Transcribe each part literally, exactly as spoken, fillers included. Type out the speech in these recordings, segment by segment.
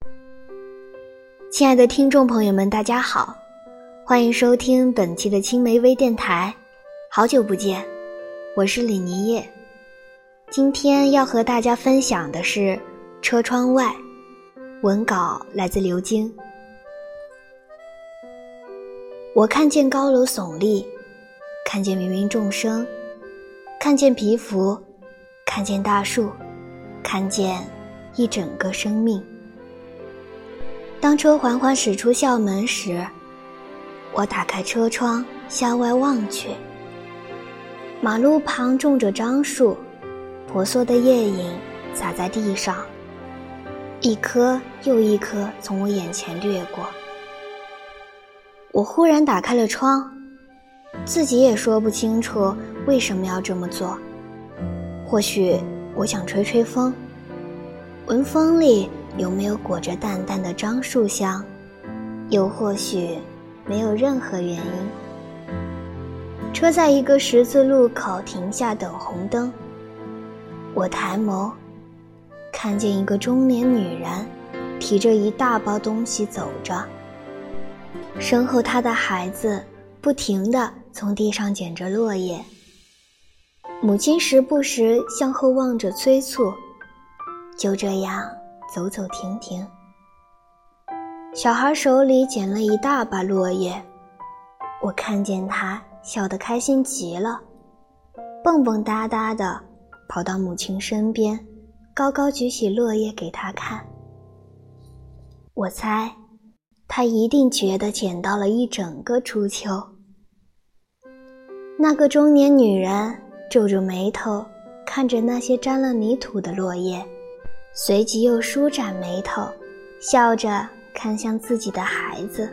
亲爱的听众朋友们，大家好，欢迎收听本期的青梅微电台，好久不见，我是李妮叶。今天要和大家分享的是车窗外，文稿来自刘晶。我看见高楼耸立，看见芸芸众生，看见皮肤，看见大树，看见一整个生命。当车缓缓驶出校门时，我打开车窗向外望去，马路旁种着樟树，婆娑的叶影洒在地上，一颗又一颗从我眼前掠过。我忽然打开了窗，自己也说不清楚为什么要这么做。或许我想吹吹风，闻风里有没有裹着淡淡的樟树香，又或许没有任何原因。车在一个十字路口停下等红灯，我抬眸，看见一个中年女人提着一大包东西走着，身后她的孩子不停地从地上捡着落叶，母亲时不时向后望着催促，就这样走走停停。小孩手里捡了一大把落叶，我看见他笑得开心极了，蹦蹦哒哒地跑到母亲身边，高高举起落叶给他看。我猜他一定觉得捡到了一整个初秋。那个中年女人皱着眉头看着那些沾了泥土的落叶，随即又舒展眉头，笑着看向自己的孩子。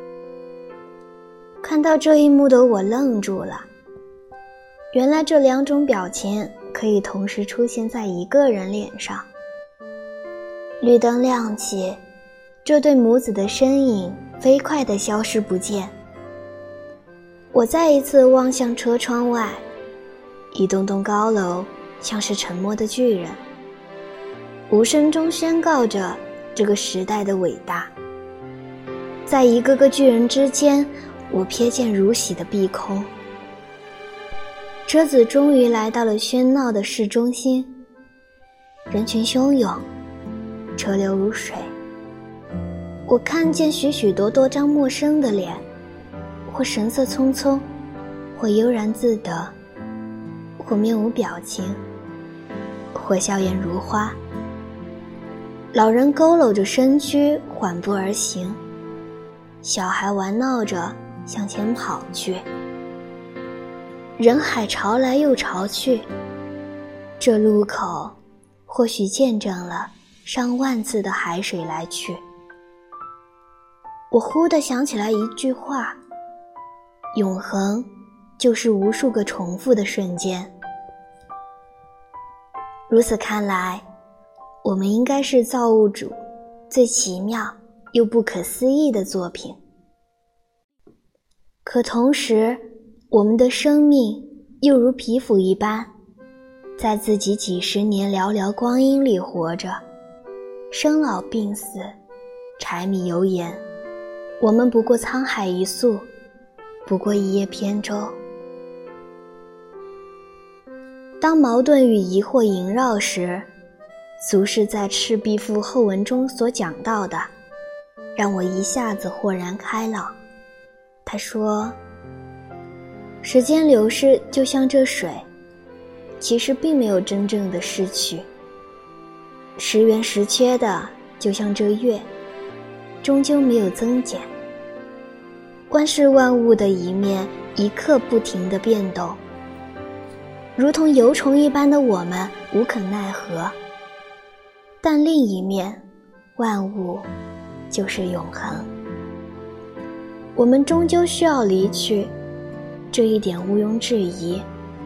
看到这一幕的我愣住了，原来这两种表情可以同时出现在一个人脸上。绿灯亮起，这对母子的身影飞快地消失不见。我再一次望向车窗外，一栋栋高楼像是沉默的巨人，无声中宣告着这个时代的伟大。在一个个巨人之间，我瞥见如洗的碧空。车子终于来到了喧闹的市中心，人群汹涌，车流如水。我看见许许多多张陌生的脸，或神色匆匆，或悠然自得，或面无表情，或笑颜如花。老人佝偻着身躯缓步而行，小孩玩闹着向前跑去。人海潮来又潮去，这路口或许见证了上万次的海水来去。我忽地想起来一句话，永恒就是无数个重复的瞬间。如此看来，我们应该是造物主最奇妙又不可思议的作品。可同时，我们的生命又如皮肤一般，在自己几十年寥寥光阴里活着，生老病死，柴米油盐，我们不过沧海一粟，不过一叶扁舟。当矛盾与疑惑萦绕时，苏轼在《赤壁赋后文》中所讲到的，让我一下子豁然开朗。他说，时间流逝就像这水，其实并没有真正的失去。时圆时缺的就像这月，终究没有增减。万事万物的一面一刻不停地变动，如同游虫一般的我们无可奈何，但另一面，万物就是永恒。我们终究需要离去，这一点毋庸置疑。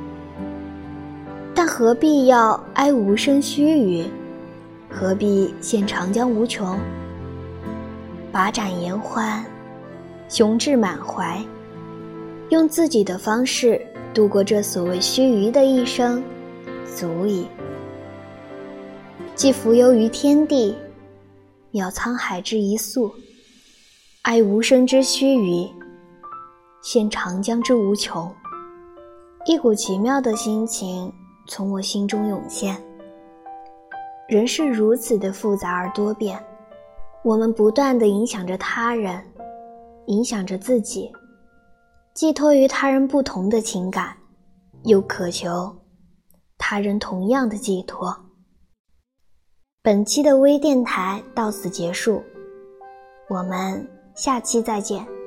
但何必要哀无声须臾？何必羡长江无穷？把盏言欢，雄志满怀，用自己的方式度过这所谓须臾的一生，足矣。既浮游于天地， 渺沧海之一粟，哀无声之须臾，羡长江之无穷。一股奇妙的心情从我心中涌现。人是如此的复杂而多变，我们不断地影响着他人，影响着自己，寄托于他人不同的情感，又渴求他人同样的寄托。本期的微电台到此结束，我们下期再见。